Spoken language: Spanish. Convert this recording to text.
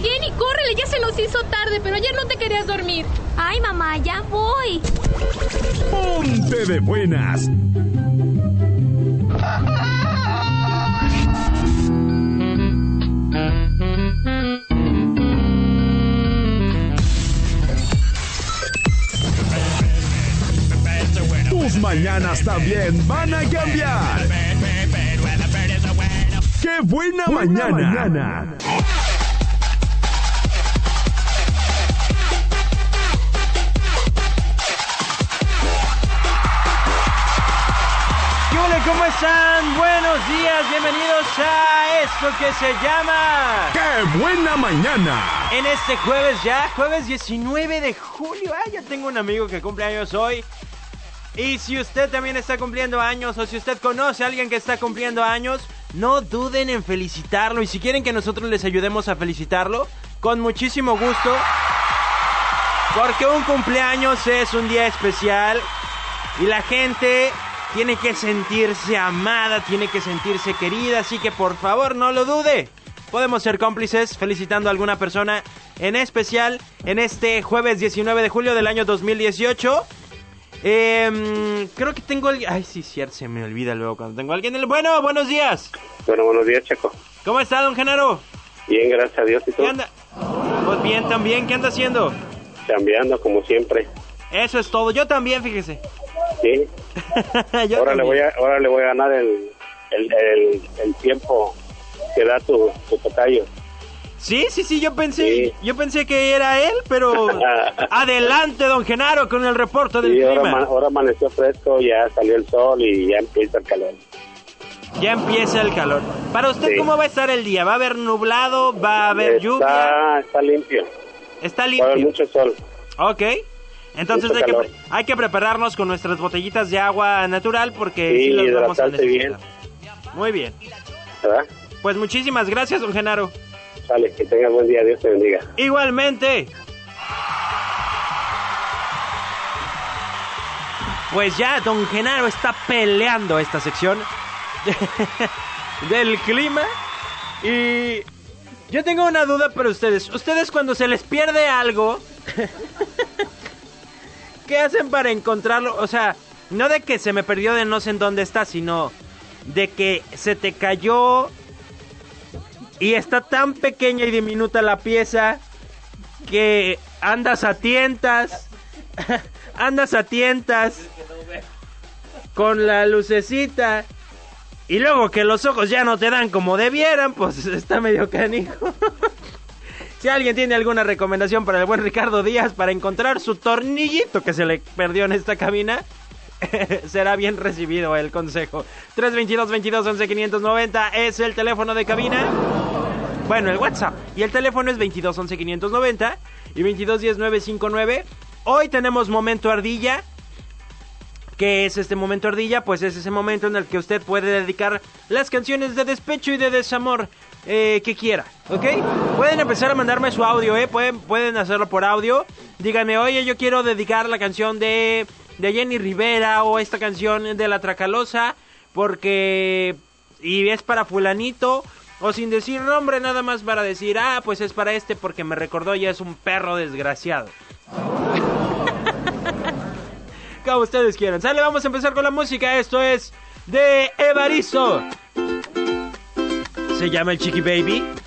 Jenny, córrele, ya se nos hizo tarde, pero ayer no te querías dormir. Ay, mamá, ya voy. Ponte de buenas. Tus mañanas también van a cambiar. ¡Qué buena mañana! ¿Cómo están? Buenos días, bienvenidos a esto que se llama ¡Qué buena mañana! En este jueves 19 de julio. Ya tengo un amigo que cumple años hoy. Y si usted también está cumpliendo años, o si usted conoce a alguien que está cumpliendo años, no duden en felicitarlo. Y si quieren que nosotros les ayudemos a felicitarlo, con muchísimo gusto. Porque un cumpleaños es un día especial y la gente tiene que sentirse amada, tiene que sentirse querida, así que por favor no lo dude. Podemos ser cómplices felicitando a alguna persona en especial en este jueves 19 de julio del año 2018. Creo que tengo alguien... Ay, sí, cierto, se me olvida luego cuando tengo a alguien. Bueno, buenos días. Bueno, buenos días, Checo. ¿Cómo está, don Genaro? Bien, gracias a Dios. ¿Y tú? ¿Qué anda? Pues bien, también. ¿Qué anda haciendo? Cambiando, como siempre. Eso es todo. Yo también, fíjese. Sí. Ahora le voy a ganar el tiempo que da tu tocayo. Sí, yo pensé que era él, pero adelante, don Genaro, con el reporte del clima. Ahora amaneció fresco, ya salió el sol y ya empieza el calor. Ya empieza el calor. Para usted, sí. ¿Cómo va a estar el día? ¿Va a haber nublado? ¿Va a haber lluvia? Está limpio. Está limpio. Va a haber mucho sol. Ok. Entonces hay que prepararnos con nuestras botellitas de agua natural porque sí, las vamos a necesitar. Bien. Muy bien. ¿Verdad? Pues muchísimas gracias, don Genaro. Sale, que tenga buen día, Dios te bendiga. Igualmente. Pues ya don Genaro está peleando esta sección del clima. Y yo tengo una duda para ustedes. Ustedes cuando se les pierde algo... ¿Qué hacen para encontrarlo? O sea, no de que se me perdió de no sé en dónde está, sino de que se te cayó y está tan pequeña y diminuta la pieza que andas a tientas con la lucecita y luego que los ojos ya no te dan como debieran, pues está medio canijo. Si alguien tiene alguna recomendación para el buen Ricardo Díaz para encontrar su tornillito que se le perdió en esta cabina, será bien recibido el consejo. 322-22-11-590 es el teléfono de cabina. Bueno, el WhatsApp. Y el teléfono es 22-11-590 y 22-10-959. Hoy tenemos Momento Ardilla. ¿Qué es este Momento Ardilla? Pues es ese momento en el que usted puede dedicar las canciones de despecho y de desamor que quiera, ¿ok? Pueden empezar a mandarme su audio, pueden hacerlo por audio. Díganme, oye, yo quiero dedicar la canción de Jenny Rivera o esta canción de La Tracalosa porque... y es para fulanito, o sin decir nombre, nada más para decir, pues es para este porque me recordó y es un perro desgraciado. Como ustedes quieran. Sale, vamos a empezar con la música. Esto es de Evaristo. Se llama el Chiqui Baby.